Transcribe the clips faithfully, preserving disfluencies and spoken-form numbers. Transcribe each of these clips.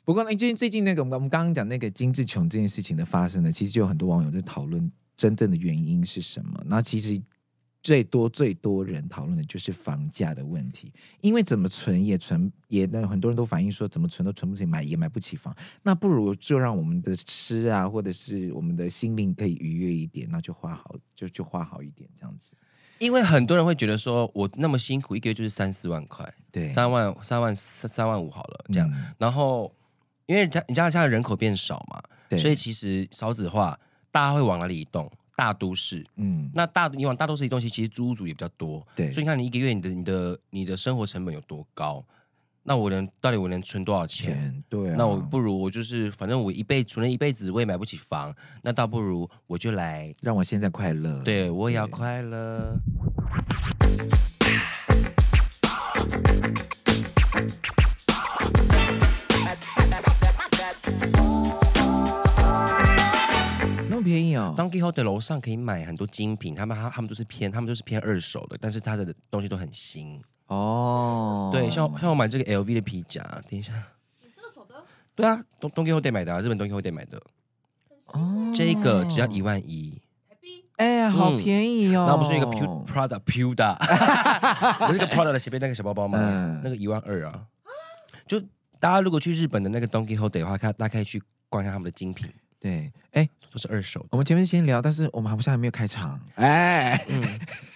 不过呢，最近最近那个我们我们刚刚讲那个精致穷这件事情的发生呢，其实就有很多网友在讨论真正的原因是什么。那其实最多最多人讨论的就是房价的问题，因为怎么存也存也，很多人都反映说怎么存都存不起，买也买不起房，那不如就让我们的吃啊，或者是我们的心灵可以愉悦一点，那就花好就就花好一点这样子。 因为很多人会觉得说，我那么辛苦，一个月就是三四万块， 对， 三万、三万、三万五好了，这样。嗯、然后，因为你家现在人口变少嘛，所以其实少子化，大家会往哪里移动？大都市，嗯，那大你往大都市移动，其实租屋族也比较多，对，所以你看你一个月你的你的你的生活成本有多高？那我能到底我能存多少钱？钱对啊，那我不如我就是反正我一辈存了一辈子，我也买不起房，那倒不如我就来让我现在快乐， 对我也要快乐。 那么便宜哦 ！Donkey Hotel 楼上可以买很多精品，他们他们都是偏他们都是偏二手的，但是他的东西都很新。哦，对，像像我买这个 L V 的皮夹，等一下， 你是二手的？ 对啊，东东 Donkey Hotel 买的、啊，日本 Donkey Hotel 买的。哦，这个只要一万一， 哎呀，好便宜哦！ 那、嗯、不是一个 Prada Prada， 不是一个 Prada 的斜背那个小包包吗？嗯、那个一万二啊！就大家如果去日本的那个 Donkey Hotel 的话，大家可以去逛一下他们的精品。 对，哎， 都是二手的。 我们前面先聊，但是我们好像还没有开场。哎。嗯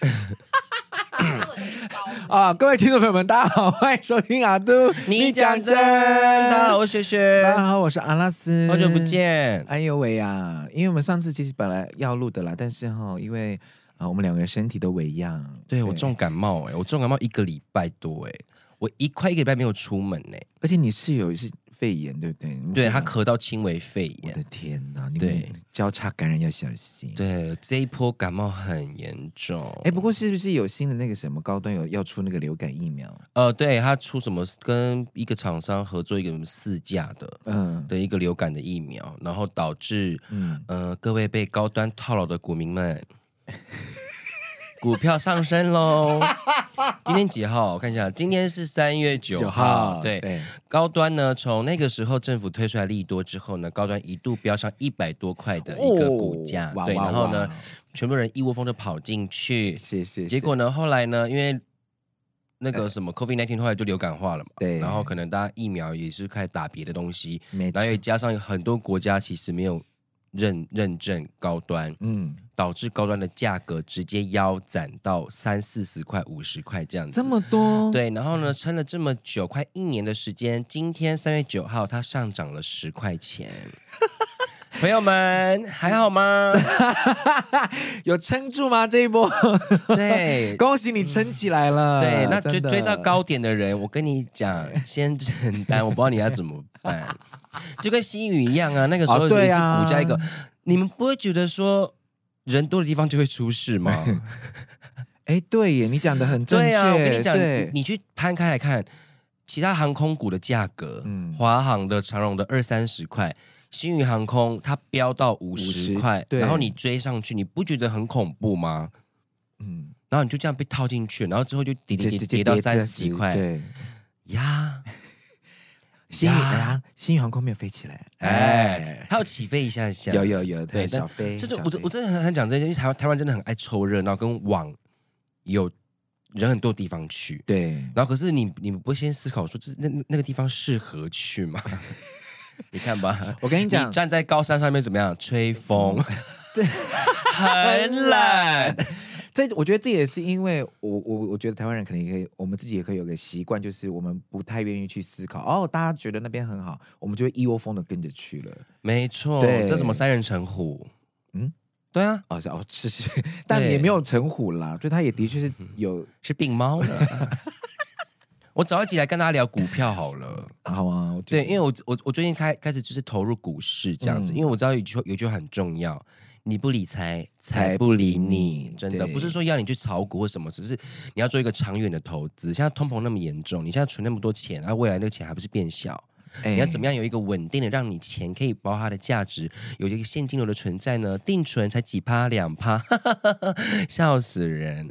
啊，各位听众朋友们，大家好，欢迎收听阿都你讲真。大家好，我是雪雪。 大家好，我是阿拉斯。 好久不见。 哎呦喂呀！因为我们上次其实本来要录的啦，但是哈，因为啊、呃，我们两个人身体都微恙。 对，我重感冒哎、欸，我重感冒一个礼拜多哎、欸，我一快一个礼拜没有出门哎、欸。 而且你室友是肺炎，对不对？ 对，他咳到轻微肺炎。 我的天哪！你们交叉感染要小心。 对，这一波感冒很严重。 哎，不过是不是有新的那个什么高端有要出那个流感疫苗？ 呃，对，他出什么跟一个厂商合作一个什么四价的，嗯，的一个流感的疫苗，然后导致嗯呃各位被高端套牢的股民们。股票上升喽！今天几号？我看一下，今天是三月九号。对，对高端呢，从那个时候政府推出来利多之后呢，高端一度飙上一百多块的一个股价。哦、对，然后呢，全部人一窝蜂的跑进去。 是是是。 结果呢，后来呢，因为那个什么 COVID 十九 后来就流感化了嘛，对，然后可能大家疫苗也是开始打别的东西，然后也加上很多国家其实没有认认证高端，嗯。导致高端的价格直接腰斩到三四十块、五十块这样子， 这么多？ 对，然后呢，撑了这么久，快一年的时间，今天三月九号，它上涨了十块钱。朋友们还好吗？ 有撑住吗？这一波？对，恭喜你撑起来了。 对，那追追到高点的人，我跟你讲，先承担，我不知道你要怎么办。就跟新宇一样啊，那个时候也是股价一个，哦啊、你们不会觉得说？人多的地方就会出事吗？ 哎，对耶，你讲的很正确。 对啊，我跟你讲，你去摊开来看，其他航空股的价格，嗯，华航的、长荣的二三十块，新宇航空它飙到五十块，然后你追上去，你不觉得很恐怖吗？嗯，然后你就这样被套进去，然后之后就跌跌跌跌到三十几块，对呀。 新宇啊，新宇航空没有飞起来， 哎，它有起飞一下下， 有有有，对，小飞。 这就我我真的很很讲这些，因为台湾台湾真的很爱凑热闹，跟往有人很多地方去， 对。 然后可是你你不会先思考说，这那那个地方适合去吗？你看吧， 我跟你讲， 你站在高山上面怎么样？吹风，这很冷。 这我觉得这也是因为我我我觉得台湾人可能也可以，我们自己也可以有个习惯，就是我们不太愿意去思考哦，大家觉得那边很好，我们就会一窝蜂的跟着去了。 没错，这什么三人成虎？嗯，对啊， 哦是哦是是，但也没有成虎啦，就他也的确是有是病猫的。我找一集来跟大家聊股票好了， 好啊， 对，因为我我我最近开开始就是投入股市这样子，嗯、因为我知道有句有句很重要。你不理财，财不理你，真的不是说要你去炒股或什么，只是你要做一个长远的投资。现在通膨那么严重，你现在存那么多钱，然后未来那个钱还不是变小？ 你要怎么样有一个稳定的，让你钱可以包它的价值，有一个现金流的存在呢？定存才几趴两趴，笑死人！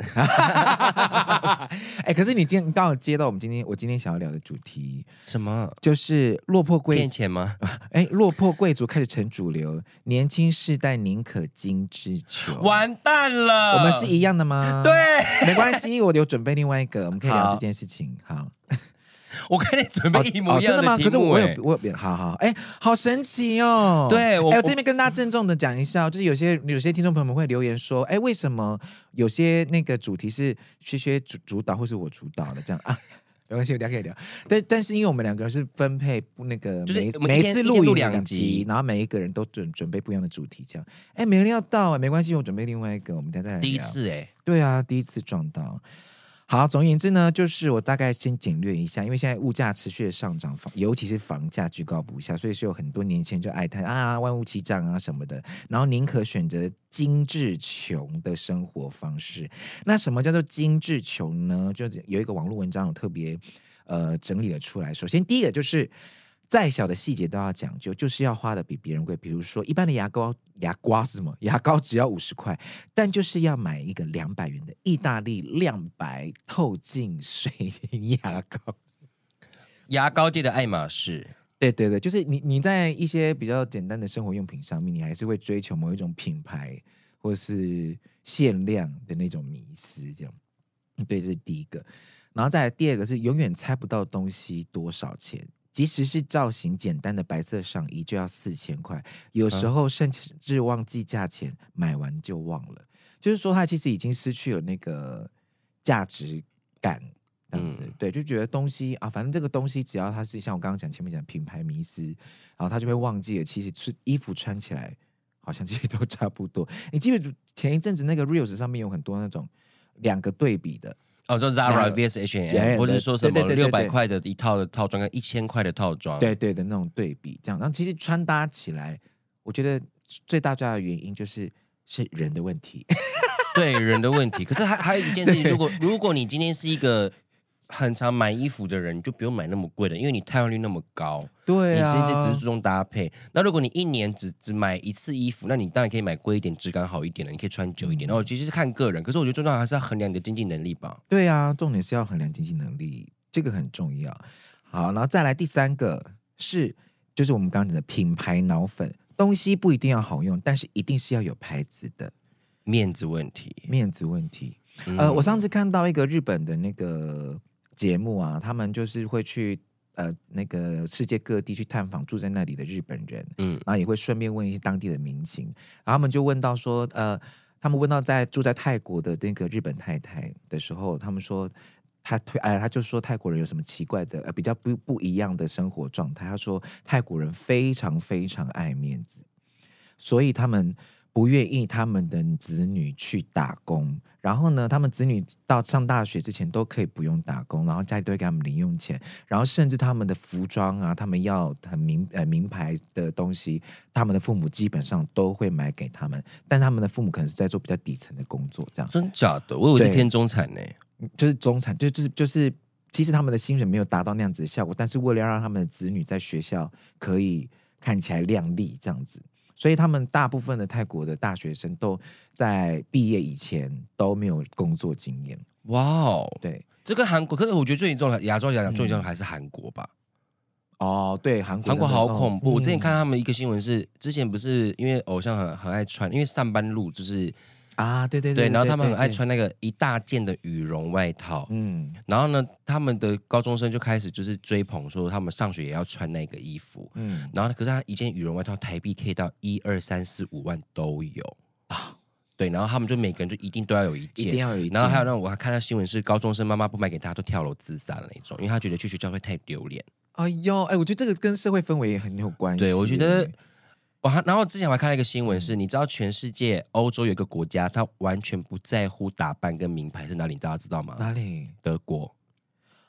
哎，可是你今天刚好接到我们今天我今天想要聊的主题， 什么？ 就是落魄贵骗钱吗？ 哎，落魄贵族开始成主流，年轻世代宁可精致穷， 完蛋了！ 我们是一样的吗？ 对， 没关系，我有准备另外一个，我们可以聊这件事情。好。 我跟你准备一模一样的题目、欸哦哦、 可是我有我有好好哎，好神奇哦！ 对，我哎，我这边跟大家郑重的讲一下，就是有些有些听众朋友们会留言说，哎，为什么有些那个主题是薛薛主主导，或是我主导的这样啊？没关系，大家可以聊。但但是因为我们两个人是分配那个就是每每一次录影两集，然后每一个人都准准备不一样的主题，这样。哎，没人要到哎，没关系，我准备另外一个，我们等一下再来聊。 第一次哎、欸， 对啊，第一次撞到。好，总而言之呢，就是我大概先简略一下，因为现在物价持续的上涨，尤其是房价居高不下，所以是有很多年轻人就爱叹啊万物齐涨啊什么的，然后宁可选择精致穷的生活方式。那什么叫做精致穷呢？就有一个网络文章有特别呃整理了出来。首先第一个就是再小的细节都要讲究，就是要花的比别人贵。比如说一般的牙膏牙刮是什么？牙膏只要五十块，但就是要买一个两百元的意大利亮白透镜水凝牙膏。 牙膏店的爱马仕， 对对对，就是你你在一些比较简单的生活用品上面，你还是会追求某一种品牌或是限量的那种迷思，这样。对，这是第一个。然后再来第二个是永远猜不到东西多少钱。即使是造型简单的白色上衣就要四千块，有时候甚至忘记价钱，买完就忘了。就是说，它其实已经失去了那个价值感，这样子。嗯、对，就觉得东西啊，反正这个东西只要它是像我刚刚讲前面讲品牌迷思，然后他就会忘记了，其实是衣服穿起来好像其实都差不多。你记得前一阵子那个 Reels 上面有很多那种两个对比的。 哦，就 Zara vs H and M， 或者说什么六百块的一套的套装跟一千块的套装， 对对的那种对比，这样。然后其实穿搭起来，我觉得最大最大的原因就是是人的问题， 对人的问题。可是还还有一件事情，如果如果你今天是一个很常买衣服的人，你就不用买那么贵的，因为你汰换率那么高。 对啊， 你是只是注重搭配。那如果你一年只只买一次衣服，那你当然可以买贵一点、质感好一点的，你可以穿久一点。然后其实是看个人，可是我觉得最重要还是要衡量你的经济能力吧。 对啊，重点是要衡量经济能力，这个很重要。好，然后再来第三个是，就是我们刚刚讲的品牌脑粉，东西不一定要好用，但是一定是要有牌子的。 面子问题， 面子问题。嗯、呃，我上次看到一个日本的那个节目啊，他们就是会去呃那个世界各地去探访住在那里的日本人，嗯，然后也会顺便问一些当地的民情，然后他们就问到说，呃，他们问到在住在泰国的那个日本太太的时候，他们说他推哎，他就说泰国人有什么奇怪的呃比较不不一样的生活状态，他说泰国人非常非常爱面子，所以他们不愿意他们的子女去打工，然后呢，他们子女到上大学之前都可以不用打工，然后家里都会给他们零用钱，然后甚至他们的服装啊，他们要很名呃名牌的东西，他们的父母基本上都会买给他们，但他们的父母可能是在做比较底层的工作，这样。 真假的？我以为是偏中产呢、欸， 就是中产，就就是就是，其实他们的薪水没有达到那样子的效果，但是为了让他们的子女在学校可以看起来亮丽，这样子。所以他们大部分的泰国的大学生都在毕业以前都没有工作经验。 哇哦， 对， 这个韩国，可是我觉得最严重的亚洲来讲，最严重的还是韩国吧。 哦，对，韩国韩国好恐怖。 哦、 我之前看他们一个新闻是，之前不是因为偶像很很爱穿，因为上班路就是啊，对对 对, 对, 对，然后他们很爱穿那个一大件的羽绒外套，嗯，然后呢，他们的高中生就开始就是追捧说他们上学也要穿那个衣服，嗯，然后可是他一件羽绒外套台币可以到一二三四五万都有啊，对，然后他们就每个人就一定都要有一件， 一定要有一件， 然后还有那种我还看到新闻是高中生妈妈不买给他都跳楼自杀的那种，因为他觉得去学校会太丢脸。 哎呦，哎，我觉得这个跟社会氛围也很有关系。 对，我觉得。然后之前我还看到一个新闻是，你知道全世界欧洲有一个国家，他完全不在乎打扮跟名牌是哪里？大家知道吗？ 哪里？ 德国。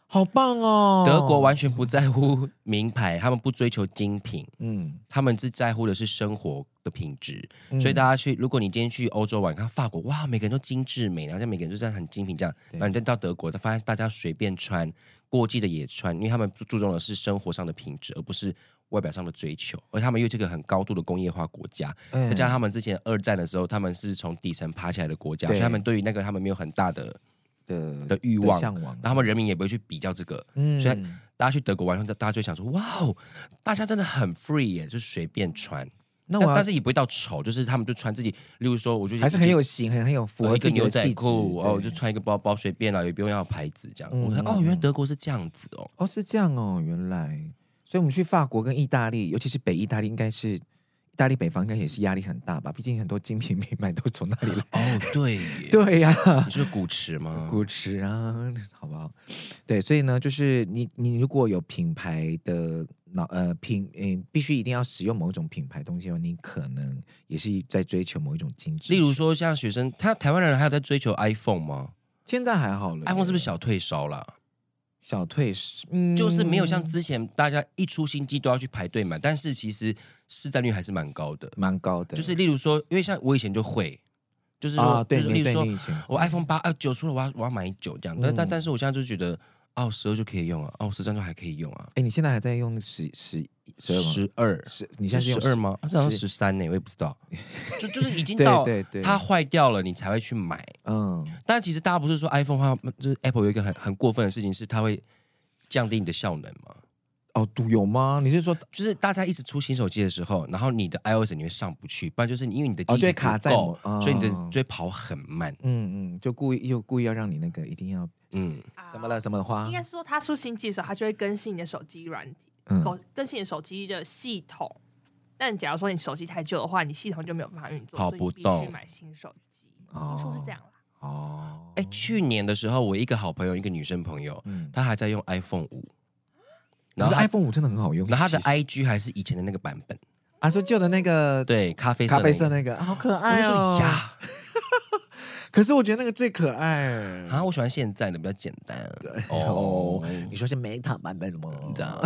好棒哦！ 德国完全不在乎名牌，他们不追求精品，嗯，他们是在乎的是生活的品质。嗯、所以大家去，如果你今天去欧洲玩，看法国，哇，每个人都精致美，然后每个人就这样很精品这样。然后你再到德国，发现大家随便穿，过季的也穿，因为他们注重的是生活上的品质，而不是外表上的追求。而他们又这个很高度的工业化国家，再、嗯、加上他们之前二战的时候，他们是从底层爬起来的国家，所以他们对于那个他们没有很大的。的, 的欲望，然后他们人民也不会去比较这个，嗯、所以大家去德国玩，大家就想说，哇哦，大家真的很 free 耶，就随便穿。那但, 但是也不会到丑，就是他们就穿自己，例如说，我就还是很有型，很很有符合自己的气质。 一个牛仔裤，哦，我就穿一个包包随便啦，也不用要牌子这样。嗯、我说哦，原来德国是这样子哦， 哦是这样哦，原来。所以我们去法国跟意大利，尤其是北意大利，应该是。意大利北方应该也是压力很大吧，毕竟很多精品名牌都从那里来。 哦，对， 对呀、啊， 你是古驰吗？ 古驰啊，好不好？对，所以呢，就是你你如果有品牌的呃品，嗯，必须一定要使用某种品牌东西的话，你可能也是在追求某一种精致。 例如说，像学生，他台湾人还有在追求 iPhone 吗？ 现在还好了 ，iPhone 是不是小退烧啦？ 小退，嗯， 就是没有像之前大家一出新机都要去排队买，但是其实市占率还是蛮高的， 蛮高的。 就是例如说，因为像我以前就会，就是说，啊、就是例如说，我 iPhone 八啊九出了，我要我要买九这样，但、嗯、但但是我现在就觉得，哦，十二就可以用啊，哦，十三就还可以用啊。 哎，你现在还在用十十十二十二？ 十？你现在是十二吗？好像十三呢，我也不知道。就就是已经到对对对它坏掉了，你才会去买。嗯，但其实大家不是说 iPhone 的话，就是 Apple 有一个很很过分的事情是，它会降低你的效能吗？ 哦，有吗？你是说， 就是大家一直出新手机的时候，然后你的 iOS 你会上不去，不然就是因为你的机体不够、哦，所以你的就会跑很慢。 嗯嗯，就故意又故意要让你那个一定要嗯，怎么了？怎么了？花应该是说，它出新机的时候，它就会更新你的手机软体，嗯、更新你的手机的系统。但假如说你手机太旧的话，你系统就没有办法运作， 跑不动， 所以你必须买新手机。听说是这样啦。 哦，哎，去年的时候，我一个好朋友，一个女生朋友，嗯、她还在用 iPhone 五。 然后 iPhone 五真的很好用， 然后他的 I G 还是以前的那个版本啊，说旧的那个， 对，咖啡色、 那個、咖啡色那个，好可爱哦！ 我就说呀， 可是我觉得那个最可爱啊！我喜欢现在的比較簡單哦。你說是 Meta 版本嗎？ 你知道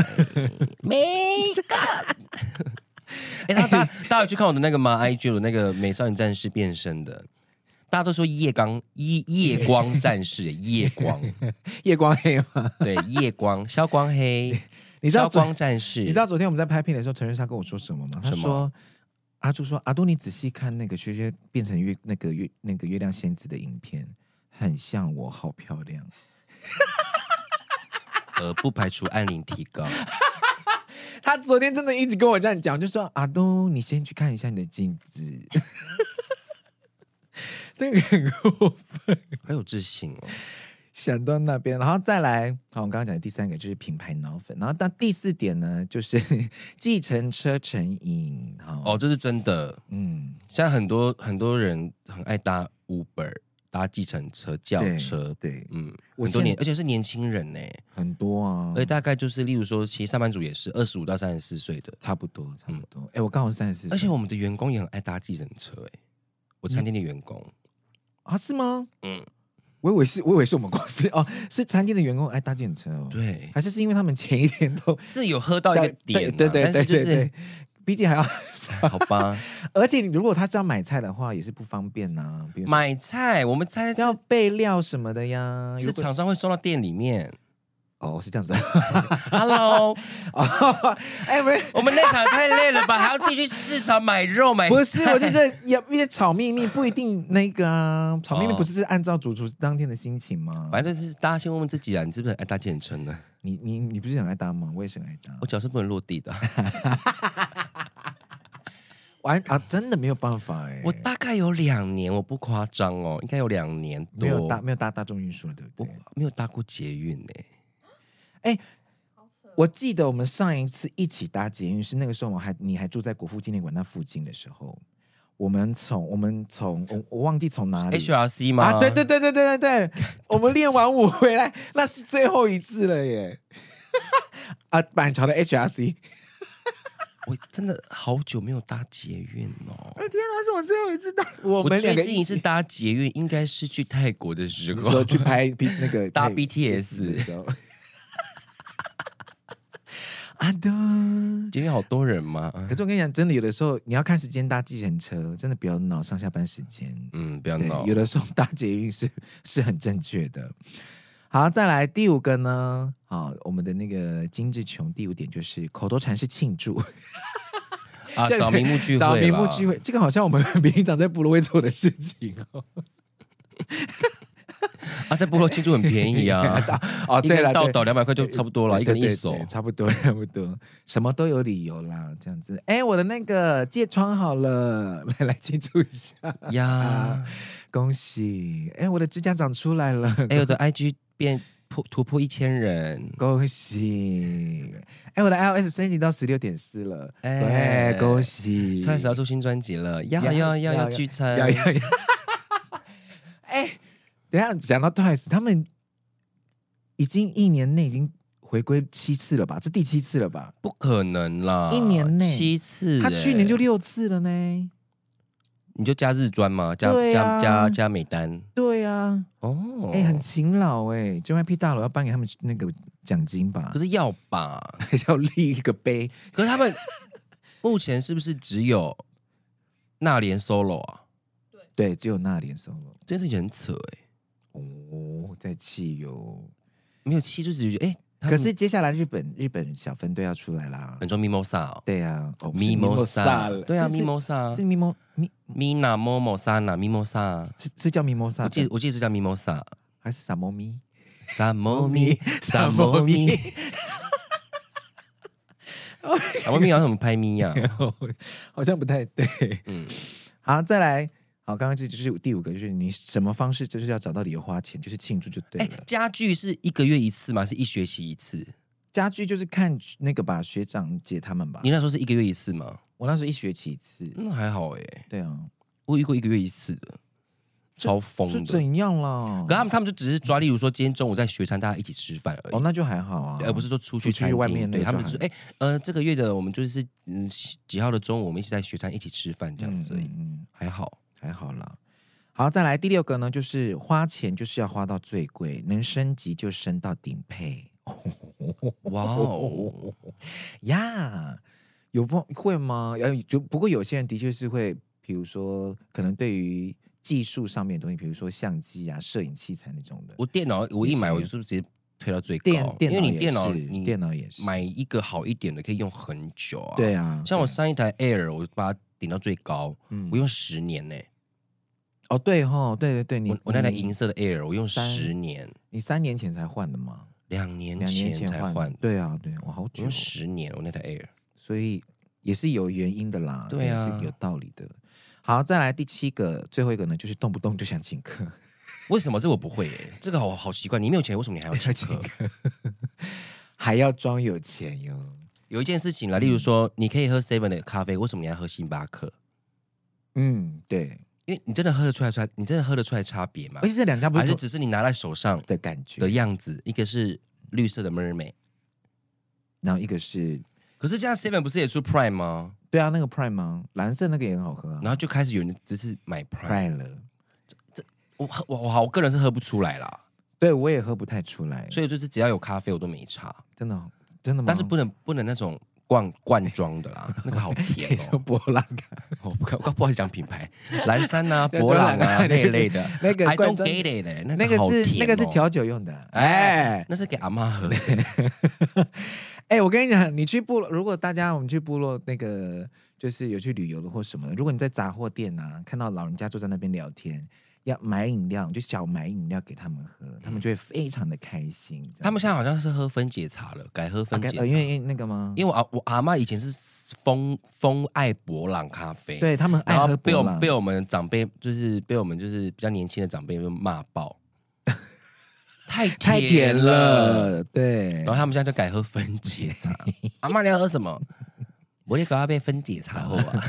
Meta？ 哎，大家大家有去看我的那個嗎 ？I G 有那個美少女戰士變身的。大家都說夜光夜夜光戰士，夜光夜光黑嗎？ 對，夜光消光黑，你知道消光戰士？ 你知道昨天我們在拍片的時候，陳瑞莎跟我說什麼嗎？他說阿朱說阿杜，你仔細看那個薛薛變成月那個月那個月亮仙子的影片，很像我，好漂亮。 呃，不排除按齡提高。 他昨天真的一直跟我這樣講，就說阿杜，你先去看一下你的鏡子。這個很過分， 很有自信哦。 想到那邊，然後再來，好，我剛剛講的第三個就是品牌腦粉，然後到第四點呢，就是計程車成癮。 哦，這是真的。嗯，現在很多很多人很愛搭 Uber， 搭計程車、轎車，對，對嗯，很多年，而且是年輕人呢， 很多啊。 而且大概就是，例如說，其實上班族也是二十五到三十四歲的， 差不多，差不多。哎、嗯，我剛好是三十四歲， 而且我們的員工也很愛搭計程車，哎，我餐廳的員工。嗯啊，是嗎？嗯，我以為是，我以為是我們公司哦，是餐廳的員工愛搭計程車哦。 對， 還是是因為他們前一天都是有喝到一個點、啊， 對對對， 但是就是， 畢竟還要好吧。 而且如果他這樣買菜的話，也是不方便吶、啊。 買菜，我們菜要備料什麼的呀， 是廠商會送到店裡面。 哦，是這樣子。 Hello， 哎、欸，不是， 我們那場太累了吧？還要自己去市場買肉買菜。 不是，我覺得有一些炒秘密不一定那個啊，炒秘密不是是按照主廚當天的心情嗎？ 反正就是大家先問問自己啊，你是不是很愛搭計程車呢？ 你你你不是很愛搭嗎？我也是很愛搭， 我腳是不能落地的。 完啊，真的沒有辦法哎、欸！ 我大概有兩年，我不誇張哦，應該有兩年多沒有搭沒有搭大眾運輸了，對不對？ 我沒有搭過捷運哎、欸。 哎，我記得我們上一次一起搭捷運是那個時候我還你還住在國父紀念館那附近的時候，我們從我們從 我, 我忘記從哪裡 H R C 嗎？ 啊，對對對對對對對，我們練完舞回來，那是最後一次了耶！啊，板橋的 H R C， 我真的好久沒有搭捷運哦！ 哎天哪，是我最後一次搭，我們最近一次搭捷運應該是去泰國的時候， 說去拍那個搭 B T S 的時候。 啊的， 今天好多人吗？ 可是我跟你讲，真的有的时候你要看时间搭计程车，真的不要闹上下班时间。 嗯，不要闹。 有的时候搭捷运是是很正确的。好，再来第五个呢？好，我们的那个精致穷第五点就是口头禅是庆祝啊，找名目聚会， 找名目聚会，这个好像我们平常在部落会做的事情哦。 啊，在部落庆祝很便宜啊！ 哦，对了， 到岛两百块就差不多了，一个人一手， 差不多，差不多，什么都有理由啦，这样子。哎，我的那个疥疮好了，来来庆祝一下呀！恭喜！哎，我的指甲长出来了， 哎，我的 I G 变破突破一千人， 恭喜！哎，我的 iOS 升级到十六点四了，哎，恭喜！ 突然要出新专辑了，要要要要聚餐， 要要要！哎。等一下讲到 Twice， 他们已经一年内已经回归七次了吧？这第七次了吧？ 不可能啦！ 一年内七次、欸， 他去年就六次了呢。 你就加日专吗？加、啊、加加加美单？ 对啊。 哦， 哎、欸，很勤劳哎、欸。J Y P 大楼要颁给他们那个奖金吧？ 可是要吧？ 还是要立一个碑？ 可是他们目前是不是只有那连 solo 啊？ 对对，只有那连 solo， 这件事情很扯哎、欸。 哦，在气哟， 没有气，就只觉得哎。 可是接下来日本日本小分队要出来啦， 很多 Mimosa 哦， 对啊，哦 Mimosa， 对啊 ，Mimosa 是 Mimo Mina Momo Sana Mimosa， 是是叫 Mimosa， 我记得我记得是叫 Mimosa， 还是萨摩咪？ 萨摩咪，萨摩咪，萨摩咪好像怎么拍咪呀？ 好像不太对。嗯，好，再来。好，刚刚这就是第五个，就是你什么方式就是要找到理由花钱，就是庆祝就对了。 欸、家具是一个月一次吗？是一学期一次？ 家具就是看那个吧，学长姐他们吧。 你那时候是一个月一次吗？ 我那时候一学期一次， 那还好哎、欸。 对啊， 我遇过一个月一次的，超疯的。 是怎样啦？ 可他们他们就只是抓，例如说今天中午在学餐大家一起吃饭而已。 哦，那就还好啊， 而不是说出去出去外面那对他们就是哎、欸、呃这个月的我们就是嗯几号的中午我们一起在学餐一起吃饭这样子而已，嗯嗯，还好还好啦。好，再来第六个呢，就是花钱就是要花到最贵，能升级就升到顶配。 哇哦呀，有不会吗？就不过有些人的确是会，比如说可能对于技术上面的东西，比如说相机啊、摄影器材那种的。 我电脑我一买我就是直接推到最高， 电因为你电脑你电脑也是买一个好一点的可以用很久啊。 对啊， 像我上一台 Air 我把它顶到最高，嗯、我用十年呢、欸。 哦，对哈，对对对，你我, 我那台银色的 Air 我用十年， 你三年前才换的吗？ 两年前才换， 对啊，对我好久， 我用十年，我那台 Air， 所以也是有原因的啦， 对啊， 是有道理的。好，再来第七个，最后一个呢，就是动不动就想请客。 为什么这我不会、欸？这个好好奇怪，你没有钱，为什么你还要请客？ 还要装有钱哟。 有一件事情啦，例如说，你可以喝 seven 的咖啡，为什么你要喝星巴克？ 嗯，对。 因为你真的喝得出来，出来你真的喝得出来差别吗？ 而且这两家不是还是只是你拿在手上的感觉的样子，一个是绿色的 Mermaid， 然后一个是， 可是这样 Seven 不是也出 Prime 吗？ 对啊，那个 Prime 吗？蓝色那个也很好喝啊。 然后就开始有人只是买 Prime, Prime 了， 这这我我我我个人是喝不出来啦， 对我也喝不太出来， 所以就是只要有咖啡我都没差， 真的真的吗？ 但是不能不能那种。罐罐装的啦，那个好甜哦。 波浪啊， 我不我不好意思讲品牌，蓝山啊、波浪啊那一类的， 那个 I don't get it 嘞， 那个是那个是调酒用的，哎， 那是给阿嬷喝的。 哎，我跟你讲，你去部落，如果大家我们去部落那个就是有去旅游的或什么的，如果你在杂货店啊看到老人家坐在那边聊天。要买饮料，就小买饮料给他们喝，他们就会非常的开心。 他们现在好像是喝分解茶了，改喝分解茶， 啊、因为那个吗？ 因为我阿我阿嬷以前是疯疯爱伯朗咖啡， 对他们爱喝伯朗， 然后被我被我们长辈就是被我们就是比较年轻的长辈就骂爆，太甜太甜了，对。 然后他们现在就改喝分解茶。阿嬷你要喝什么？我得给他杯分解茶喝啊。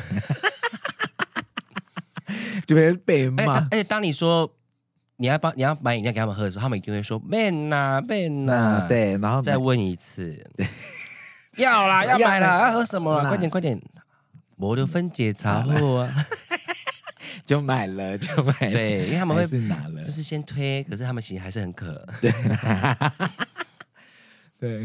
就会被骂。 而且当你说你要帮你要买饮料给他们喝的时候，他们一定会说 “man 呐 man 呐”， 对，然后再问一次，要啦要买啦，要喝什么啦？快点快点，我的分解茶喝啊， 就买了就买了。 对，因为他们会是拿了， 就是先推，可是他们其实还是很渴。 对，对。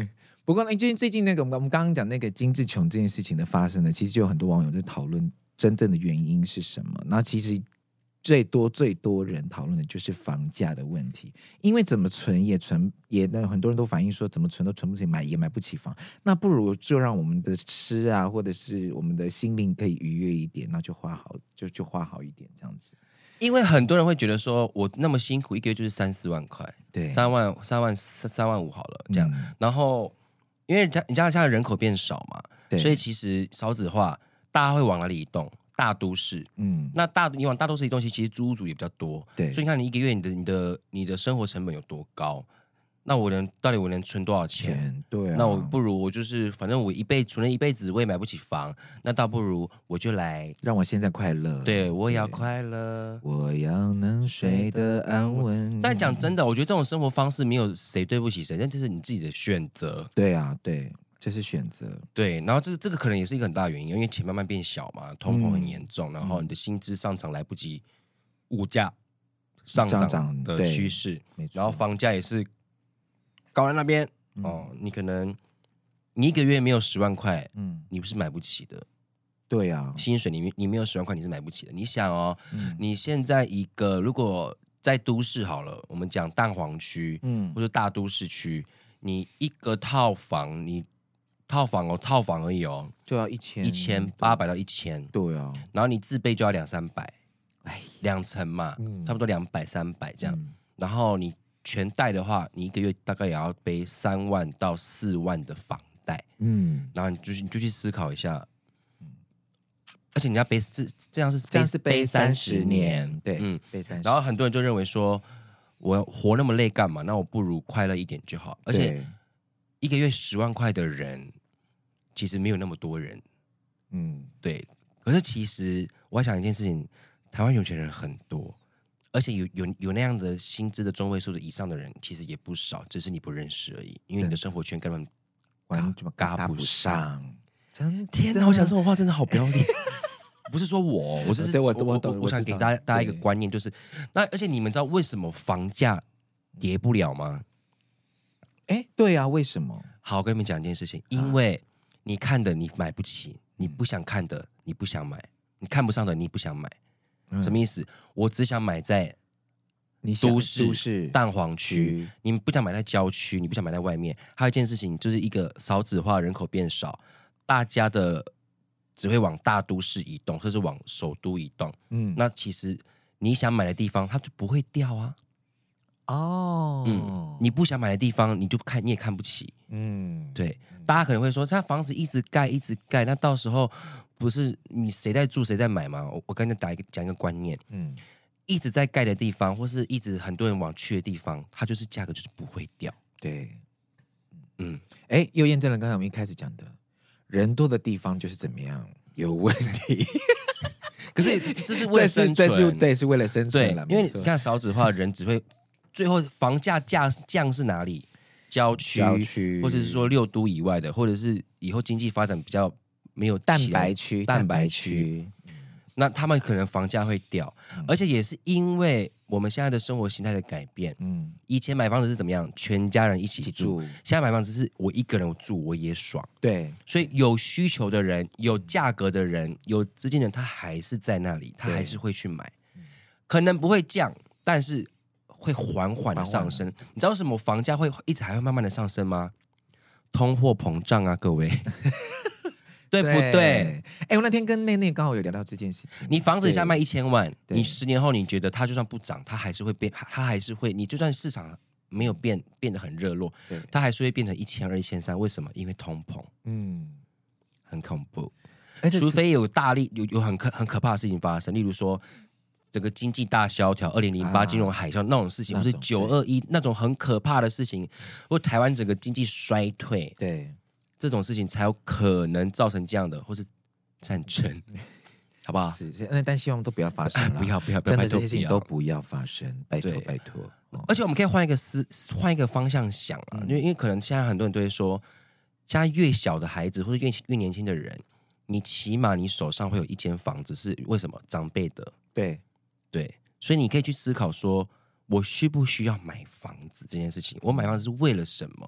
不过呢，最近最近那个我们我们刚刚讲那个精致穷这件事情的发生呢，其实就有很多网友在讨论真正的原因是什么。那其实最多最多人讨论的就是房价的问题，因为怎么存也存也，很多人都反映说怎么存都存不起，买也买不起房，那不如就让我们的吃啊，或者是我们的心灵可以愉悦一点，那就花好就就花好一点这样子。 因为很多人会觉得说，我那么辛苦，一个月就是三四万块， 对， 三万、三万、三万五好了，这样。嗯、然后，因为你家现在人口变少嘛，所以其实少子化，大家会往哪里移动？大都市，嗯，那大你往大都市移动，其实租屋族也比较多，对，所以你看你一个月你的你的你的生活成本有多高？那我能到底我能存多少钱？钱对啊， 那我不如我就是反正我一辈存了一辈子，我也买不起房，那倒不如我就来让我现在快乐， 对我也要快乐， 我要能睡得安稳。 但讲真的，我觉得这种生活方式没有谁对不起谁，但这是你自己的选择。 对啊，对，这是选择。 对，然后这这个可能也是一个很大的原因，因为钱慢慢变小嘛，通膨很严重，嗯、然后你的薪资上涨来不及物价上涨的趋势，然后房价也是。高在那边、嗯、哦，你可能你一个月没有十万块，嗯，你不是买不起的。 对啊， 薪水你你没有十万块，你是买不起的。你想哦，嗯、你现在一个如果在都市好了，我们讲蛋黄区，嗯，或者大都市区，你一个套房，你套房哦，套房而已哦， 就要一千一千八百到一千， 对啊， 然后你自备就要两三百，哎，两层嘛，嗯、差不多两百三百这样，嗯、然后你。全贷的话，你一个月大概也要背三万到四万的房贷，嗯，然后你就你就去思考一下，嗯，而且你要背这这样是这样是背三十年， 年，对，嗯，背三十。 然后很多人就认为说，我活那么累干嘛？那我不如快乐一点就好。而且一个月十万块的人，其实没有那么多人，嗯，对。可是其实我要想一件事情，台湾有钱人很多。而且有有有那样的薪资的中位数的以上的人，其实也不少，只是你不认识而已。因为你的生活圈根本完全嘎不上。 真天哪！我讲这种话真的好不要脸。不是说我，我是我我我我想给大家大家一个观念，就是那而且你们知道为什么房价跌不了吗？ 哎，对啊，为什么？ 好，我跟你们讲一件事情，因为你看的你买不起，你不想看的你不想买，你看不上的你不想买。什么意思？我只想买在都市、 都市蛋黄区，你不想买在郊区，你不想买在外面。还有一件事情，就是一个少子化，人口变少，大家的只会往大都市移动，或是往首都移动。嗯，那其实你想买的地方，它就不会掉啊。哦，嗯，你不想买的地方，你就看你也看不起。嗯，对，大家可能会说，他房子一直盖，一直盖，那到时候。不是你谁在住谁在买吗？我我刚才打一个讲一个观念，嗯，一直在盖的地方，或是一直很多人往去的地方，它就是价格就是不会掉。 对，嗯，哎，又验证了刚才我们一开始讲的，人多的地方就是怎么样有问题。 可是这这是为了生存， 是对，是为了生存啦。 因为你看少子化，人只会最后房价降降是哪里？郊区， 郊区， 或者是说六都以外的，或者是以后经济发展比较。没有蛋白区， 蛋白区，那他们可能房价会掉，嗯、而且也是因为我们现在的生活形态的改变。嗯，以前买房子是怎么样，全家人一起 住, 一起住，现在买房子是我一个人住我也爽。 对， 所以有需求的人、有价格的人、有资金的人，他还是在那里，他还是会去买，可能不会降，但是会缓缓的上升。你知道为什么房价会一直还会慢慢的上升吗？通货膨胀啊，各位。对不对？ 哎，我那天跟内内刚好有聊到这件事情。 你房子现在卖一千万，你十年后你觉得它就算不涨，它还是会变，它还是会，你就算市场没有变变得很热络，它还是会变成一千二、一千三。为什么？因为通膨，嗯，很恐怖。除非有大力有有很可很可怕的事情发生，例如说整个经济大萧条、二零零八金融海啸那种事情，或是九二一那种很可怕的事情，或台湾整个经济衰退， 对。 这种事情才有可能造成这样的，或是战争，好不好？ 是，是，但希望都不要发生不要，不要， 真的这些事情都不要发生，拜托，拜托。 哦、而且我们可以换一个思，换一个方向想啊，嗯、因为因为可能现在很多人都会说，现在越小的孩子或者越越年轻的人，你起码你手上会有一间房子，是为什么？长辈的， 对对，所以你可以去思考说，我需不需要买房子这件事情？我买房子是为了什么？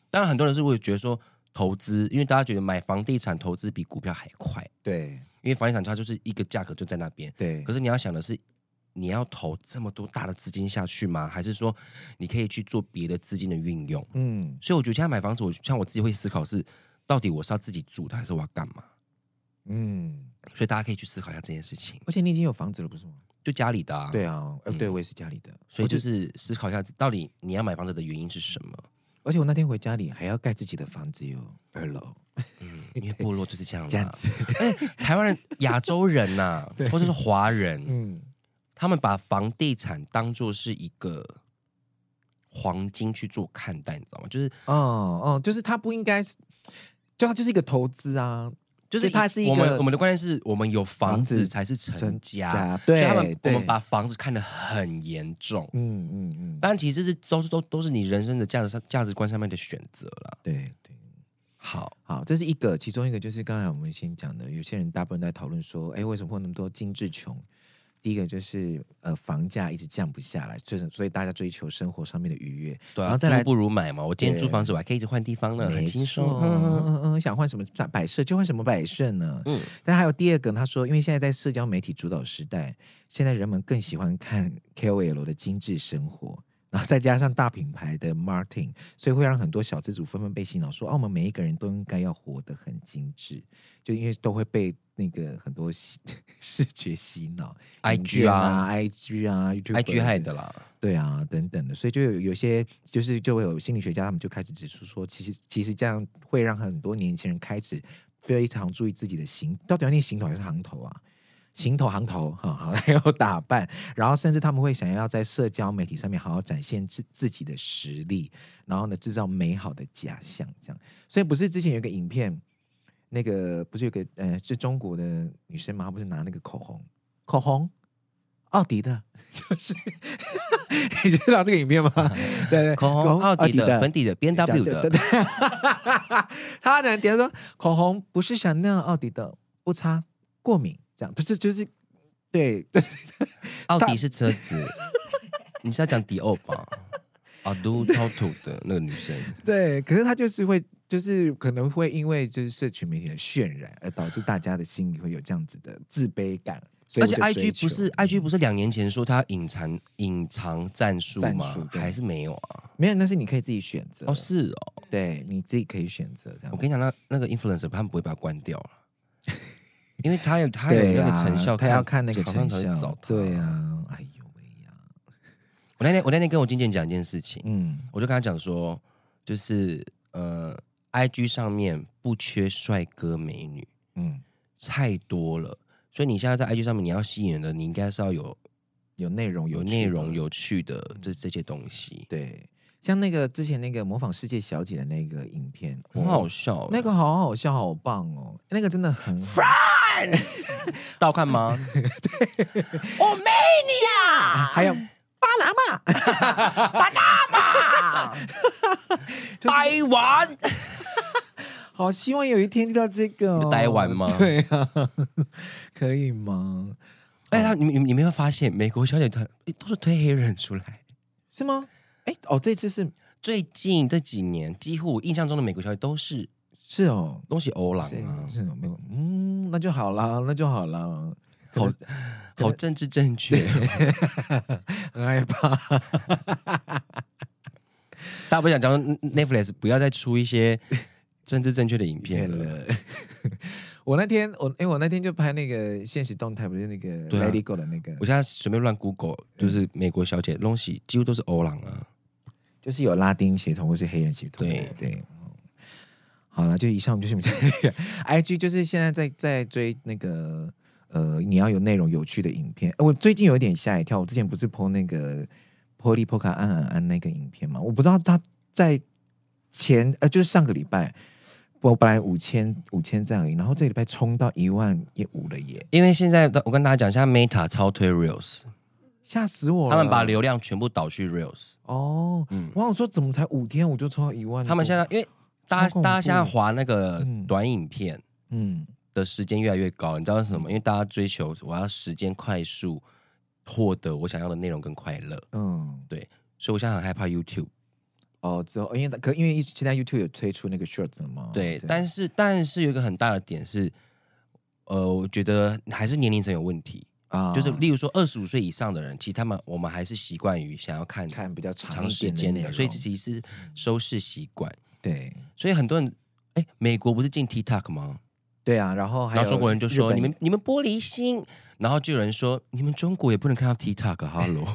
当然很多人是会觉得说投资，因为大家觉得买房地产投资比股票还快， 对， 因为房地产它就是一个价格就在那边， 对。 可是你要想的是，你要投这么多大的资金下去吗？还是说你可以去做别的资金的运用？嗯，所以我觉得现在买房子，我像我自己会思考是，到底我是要自己住的，还是我要干嘛？嗯，所以大家可以去思考一下这件事情。 而且你已经有房子了，不是吗？ 就家里的啊。 对啊，呃，对我也是家里的， 所以就是思考一下，到底你要买房子的原因是什么？ 而且我那天回家里还要盖自己的房子哟，二楼。 嗯，因为部落就是这样这样子。 哎，台湾人、亚洲人呐、啊，或者是华人，嗯，他们把房地产当作是一个黄金去做看待，你知道吗？就是， 哦哦，就是它不应该是，就它就是一个投资啊。 就是它是一个我们我们的观念是我们有房子才是成家， 对， 所以他们我们把房子看得很严重，嗯嗯嗯，但其实是都是都都是你人生的价值上价值观上面的选择啦。 对对， 好好，这是一个，其中一个就是刚才我们先讲的，有些人大部分在讨论说，哎，为什么会有那么多精致穷？第一个就是呃房价一直降不下来，所以所以大家追求生活上面的愉悦， 对啊，然后再来租不如买嘛。我今天租房子我还可以一直换地方呢，很轻松。 嗯嗯嗯，想换什么摆设就换什么摆设呢。嗯，但还有第二个，他说，因为现在在社交媒体主导时代，现在人们更喜欢看 K O L 的精致生活。然后再加上大品牌的 marketing， 所以会让很多小资主纷纷被洗脑说，哦，我们每一个人都应该要活得很精致，就因为都会被那个很多视觉洗脑 ，I G 啊 ，I G 啊 ，I G 害的啦， 对啊，等等的，所以就有有些就是就会有心理学家他们就开始指出说，其实其实这样会让很多年轻人开始非常注意自己的行，到底要念行头还是行头啊？行头行头哈，还有打扮，然后甚至他们会想要在社交媒体上面好好展现自自己的实力，然后呢制造美好的假象，这样。所以不是之前有个影片，那个不是有个呃是中国的女生嘛，她不是拿那个口红，口红奥迪的，就是你知道这个影片吗？对对， 口红奥迪的，粉底的 B N W 的，对对对他呢点说口红不是香奈儿奥迪的，不擦，过敏。这样不是就是对， 奥迪是车子，你是要讲迪奥吧？阿都超土的那个女生， 对，可是她就是会，就是可能会因为就是社群媒体的渲染，而导致大家的心里会有这样子的自卑感。 而且 I G 不是 I G 不是两年前说它隐藏隐藏战术吗？还是没有啊？ 没有，那是你可以自己选择。 哦，是哦， 对，你自己可以选择。 我跟你讲，那那个 influencer 他们不会把它关掉了。因为他有他有那个成效， 他要看那个成效。对啊，哎呦喂呀！ 我那天我那天跟我经纪人讲一件事情，嗯，我就跟他讲说，就是呃 ，I G 上面不缺帅哥美女，嗯，太多了，所以你现在在 I G 上面你要吸引人的，你应该是要有有内容、 有内容、有趣的这这些东西， 对。像那个之前那个模仿世界小姐的那个影片， 很好笑、欸， 那个好好笑，好棒哦，那个真的很。 倒看吗？ 对，欧美尼亚，还有巴拿马，巴拿马， 台湾。 好希望有一天听到这个、哦， 台湾吗？ 对啊，可以吗？ 哎、欸，你你你没有发现美国小姐团、欸、都是推黑人出来， 是吗？哎、欸，哦，这次是最近这几年，几乎我印象中的美国小姐都是是哦， 东西欧郎啊， 是哦，没有，嗯，那就好啦，那就好啦， 好好政治正确， 很害怕。 大家不想讲 Netflix 不要再出一些政治正确的影片了。 我那天我哎、欸，我那天就拍那个现实动态，不是那个 Lady Go 的那个。 我现在随便乱 Google， 就是美国小姐东西几乎都是欧郎啊， 就是有拉丁血统或是黑人血统。 对对。好了，就以上我们就是在那个 I G， 就是现在在在追那个呃，你要有内容有趣的影片。我最近有一点吓一跳，我之前不是 po 那个 Polly Poca 安安安那个影片嘛，我不知道他在前呃，就是上个礼拜。我本来五千五千赞而已，然后这个礼拜冲到一万五了耶！ 因为现在我跟大家讲，现在 Meta 超推 Reels， 吓死我了！ 他们把流量全部导去 Reels。 哦，嗯，我想说怎么才五天我就冲到一万？ 他们现在因为大家大家现在滑那个短影片，嗯，的时间越来越高，你知道是什么？因为大家追求我要时间快速获得我想要的内容跟快乐，嗯，对，所以我现在很害怕 YouTube。 哦，之后因为可因为现在 YouTube 有推出那个 Short 了嘛， 对，对但是但是有一个很大的点是，呃，我觉得还是年龄层有问题啊，就是例如说二十五岁以上的人，其实他们我们还是习惯于想要看看比较长时间的，所以这其实是收视习惯。 对， 所以很多人，哎，美国不是进 TikTok 吗？ 对啊，然后还有然后中国人就说你们你们玻璃心，然后就有人说你们中国也不能看到 TikTok，Hello。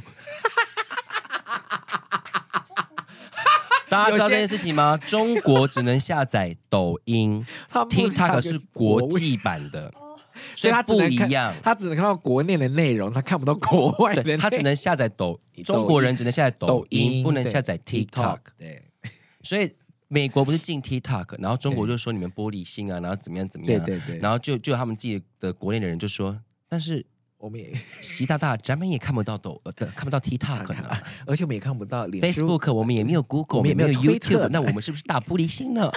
大家知道这件事情吗？中国只能下载抖音，TikTok 是国际版的，所以它不一样。 他只能看到国内的内容，他看不到国外的内容。 他只能下载抖，中国人只能下载抖音，不能下载 TikTok。 对， 所以美国不是进 TikTok， 然后中国就说你们玻璃心啊，然后怎么样怎么样。 对对对。 然后就就他们自己的国内的人就说，但是。 我们也习大大，咱们也看不到抖，呃，看不到 TikTok 呢， 而且我们也看不到 Facebook， 我们也没有 Google， 我们也没有 YouTube， 那我们是不是大玻璃心呢？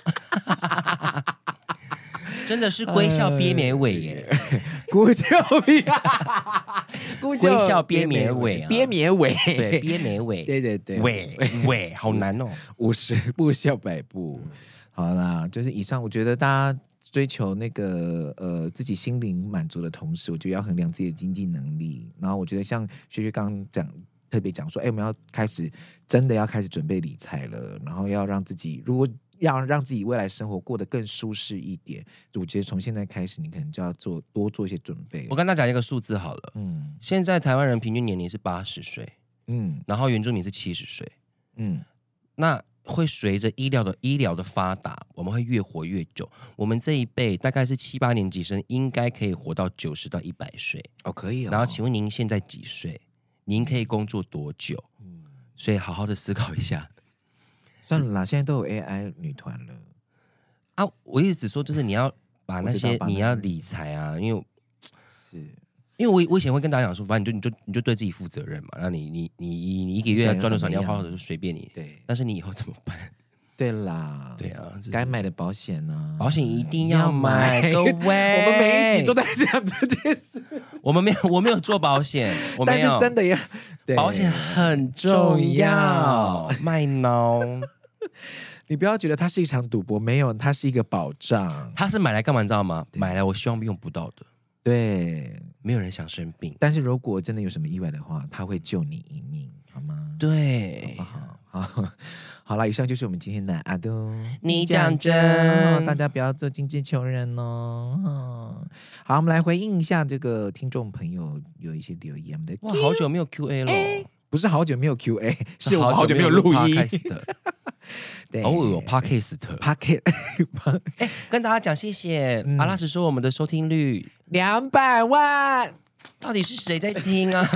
真的是归笑憋绵尾耶， 孤笑憋， 归笑憋绵尾啊， 憋绵尾， 对，憋绵尾， 对对对， 尾尾好难哦， 五十步笑百步。好啦，就是以上，我觉得大家。追求那个呃自己心灵满足的同时，我觉得要衡量自己的经济能力。然后我觉得像学学刚刚讲，特别讲说，哎，我们要开始真的要开始准备理财了，然后要让自己，如果要让自己未来生活过得更舒适一点，我觉得从现在开始，你可能就要做多做一些准备。 我跟大家讲一个数字好了，嗯，现在台湾人平均年龄是八十岁，嗯，然后原住民是七十岁，嗯，那。会随着医疗的医疗的发达，我们会越活越久。我们这一辈大概是七八年级生，应该可以活到九十到一百岁哦，可以哦。 然后，请问您现在几岁？您可以工作多久？嗯，所以好好的思考一下。 算了啦，现在都有 A I 女团了啊！我一直说，就是你要把那些你要理财啊，因为是。因为我我以前会跟大家讲说，反正你就你就你就对自己负责任嘛。那你你你你一个月赚多少，你要花多少就随便你。 对， 但是你以后怎么办？ 对啦， 对啊，就是、 该买的保险呢、啊， 保险一定要买。各位， 我们每一集都在讲这件事。 我们没有，我没有做保险，我没有。 但是真的要， 保险很重要。卖脑， 你不要觉得它是一场赌博，没有，它是一个保障。 它是买来干嘛？你知道吗？买来我希望用不到的。 对， 没有人想生病， 但是如果真的有什么意外的话，他会救你一命，好吗？ 对， 好好好，好了，以上就是我们今天的阿都， 你讲真， 大家不要做经济穷人哦。好，我们来回应一下这个听众朋友有一些留言的。 哇，好久没有 Q A 了， 欸、不是好久没有 Q A， 是我好久没有录音。 对，偶尔有 Podcast，Podcast， 哎，跟大家讲谢谢、嗯、阿拉斯说我们的收听率两百万， 到底是谁在听啊？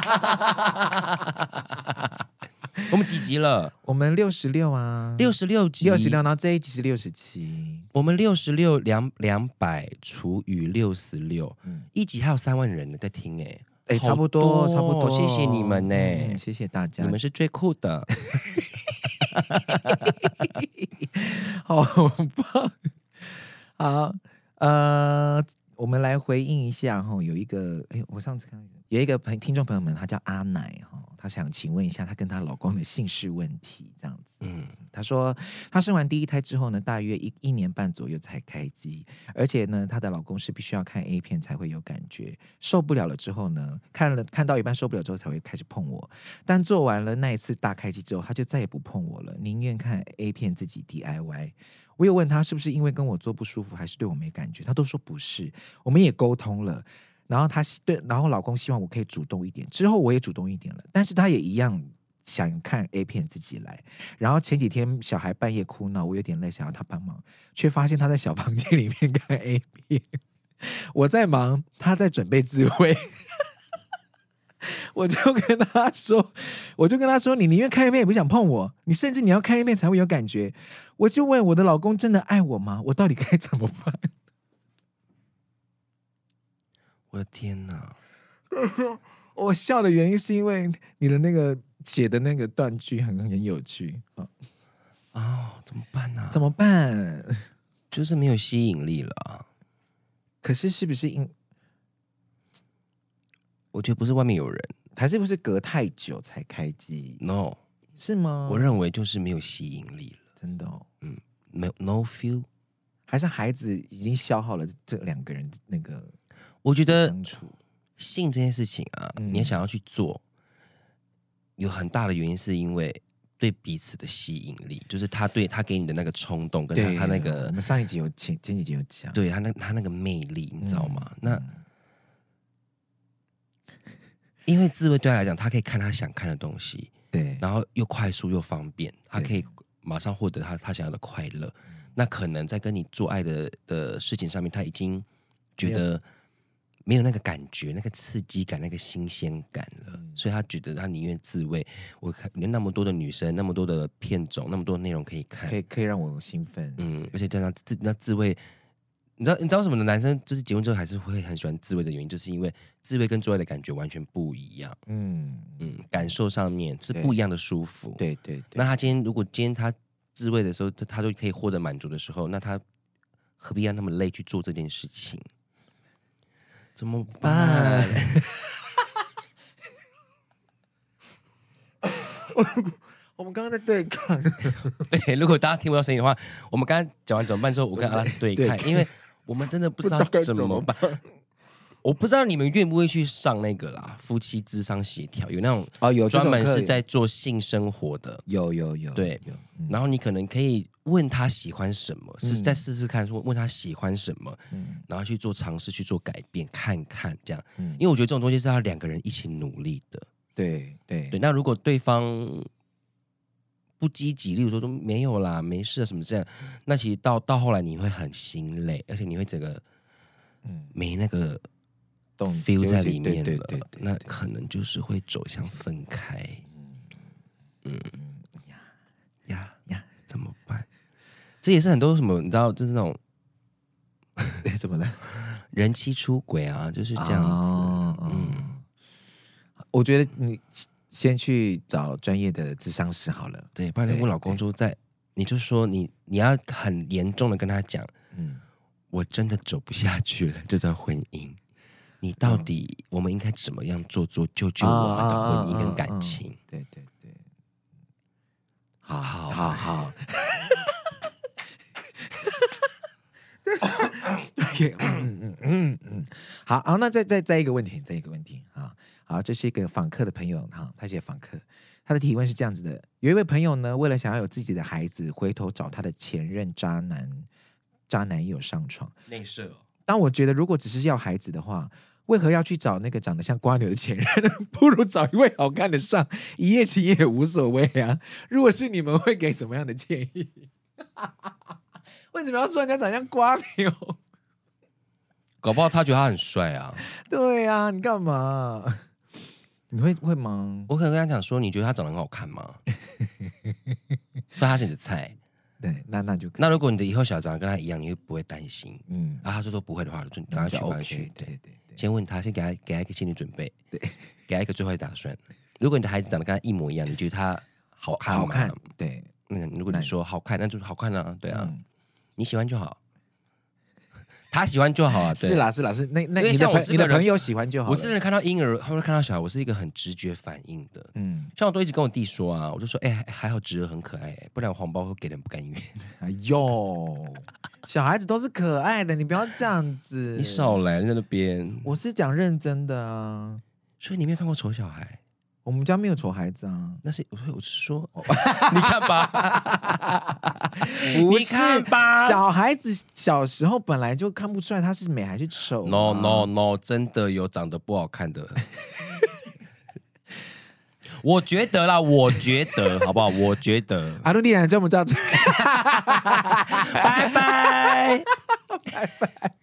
我们几集了？ 我们六十六啊， 六十六集， 六十六，然后这一集是六十七， 我们六十六两两百除以六十六，一集还有三万人在听哎、欸。 哎、欸，差不多，差不多， 谢谢你们呢、欸嗯，谢谢大家， 你们是最酷的， 好棒，好，呃，我们来回应一下哈，有一个，哎，我上次看到有一个朋听众朋友们，他叫阿奶哈，他想请问一下她跟她老公的姓氏问题，这样子，嗯，她说她生完第一胎之后呢，大约一一年半左右才开机，而且呢，她的老公是必须要看 A 片才会有感觉，受不了了之后呢，看了看到一半受不了之后才会开始碰我，但做完了那一次大开机之后，他就再也不碰我了，宁愿看 A 片自己 D I Y。我有问他是不是因为跟我做不舒服，还是对我没感觉，他都说不是，我们也沟通了。然后他对，然后老公希望我可以主动一点，之后我也主动一点了，但是他也一样想看 A 片自己来。然后前几天小孩半夜哭闹，我有点累，想要他帮忙，却发现他在小房间里面看 A 片，我在忙，他在准备自慰。我就跟他说，我就跟他说，你宁愿看 A 片也不想碰我，你甚至你要看 A 片才会有感觉。我就问我的老公真的爱我吗？我到底该怎么办？ 我的天哪！ 我笑的原因是因为你的那个写的那个断句很很有趣啊、 哦！怎么办呢、啊？ 怎么办？ 就是没有吸引力了、啊。 可是是不是因？ 我觉得不是外面有人， 还是不是隔太久才开机 ？No， 是吗？ 我认为就是没有吸引力了， 真的哦。 嗯，没有 no feel， 还是孩子已经消耗了这两个人那个。 我觉得相处性这件事情啊，嗯、你也想要去做，有很大的原因是因为对彼此的吸引力，就是他对他给你的那个冲动，跟他他那个， 我们上一集有前前几集有讲， 对他那他那个魅力，你知道吗？嗯、那、嗯、因为自慰对他来讲，他可以看他想看的东西， 对， 然后又快速又方便，他可以马上获得他他想要的快乐。那可能在跟你做爱的的事情上面，他已经觉得没有那个感觉、那个刺激感、那个新鲜感了，嗯、所以他觉得他宁愿自慰。我看那么多的女生，那么多的片种，那么多的内容可以看， 可以可以让我兴奋。 嗯，而且加上自那自慰，你知道你知道为什么的男生就是结婚之后还是会很喜欢自慰的原因，就是因为自慰跟做爱的感觉完全不一样。嗯嗯，感受上面是不一样的舒服。 对 对, 对, 对。 那他今天如果今天他自慰的时候，他他就可以获得满足的时候，那他何必要那么累去做这件事情？怎么办？ 我们刚刚在对抗。 对，如果大家听不到声音的话，我们刚刚讲完怎么办之后，我跟阿拉斯对看，因为我们真的不知道怎么办。我不知道你们愿不愿意去上那个啦，夫妻諮商协调，有那种哦，有专门是在做性生活的， 有有有， 对， 有。 嗯、然后你可能可以问他喜欢什么，嗯、是再试试看，说问他喜欢什么，嗯、然后去做尝试，去做改变，看看这样。嗯、因为我觉得这种东西是要两个人一起努力的。 对对对，那如果对方不积极，例如说说没有啦，没事啊什么这样，那其实到到后来你会很心累，而且你会整个嗯没那个。feel 在里面了，对对对对对，那可能就是会走向分开。嗯呀呀呀，怎么办？这也是很多什么，你知道，就是那种怎么了？ 人妻出轨啊，就是这样子。哦、嗯， 我觉得你先去找专业的諮商师好了。 对，不然你问老公就在，你就说你你要很严重的跟他讲，嗯，我真的走不下去了，这段婚姻。你到底我们应该怎么样做做救救我们的婚姻跟感情？ 对对对，好好好好。嗯嗯嗯嗯，好好，那再再再一个问题，再一个问题啊，好，这是一个访客的朋友哈，他写访客，他的提问是这样子的：有一位朋友呢，为了想要有自己的孩子，回头找他的前任渣男渣男友上床， 内射哦。 当我觉得如果只是要孩子的话，为何要去找那个长得像瓜牛的前任？不如找一位好看的上，一夜情也无所谓啊。如果是你们，会给什么样的建议？为什么要说人家长得像瓜牛？ 搞不好他觉得他很帅啊。 对啊，你干嘛？你会会吗？ 我可能跟他讲说，你觉得他长得很好看吗？所以他是你的菜。 对，那那就那如果你的以后小孩长得跟他一样，你会不会担心？嗯，然后他说说不会的话，就赶快去，赶快去。对对对，先问他，先给他给他一个心理准备，对，给他一个最坏的打算。如果你的孩子长得跟他一模一样，你觉得他好看吗？ 好看，对。 嗯，如果你说好看，那就好看啊，对啊，嗯、你喜欢就好。他喜欢就好啊， 是啦是啦是，那那你的朋你的朋友喜欢就好。 我这人看到婴儿或者看到小孩，我是一个很直觉反应的。嗯，像我都一直跟我弟说啊，我就说，哎、欸，还好侄儿很可爱、欸，不然黄包会给人不甘愿。 哎呦，小孩子都是可爱的，你不要这样子。 你少来在那边， 我是讲认真的啊。 所以你没有看过丑小孩？ 我们家没有丑孩子啊。 那是我我是说，你看吧， 不是你看吧， 小孩子小时候本来就看不出来他是美还是丑、啊。 No No No， 真的有长得不好看的。我觉得啦，我觉得好不好？我觉得。 阿鲁蒂亚，这么这样子， 拜拜， 拜拜。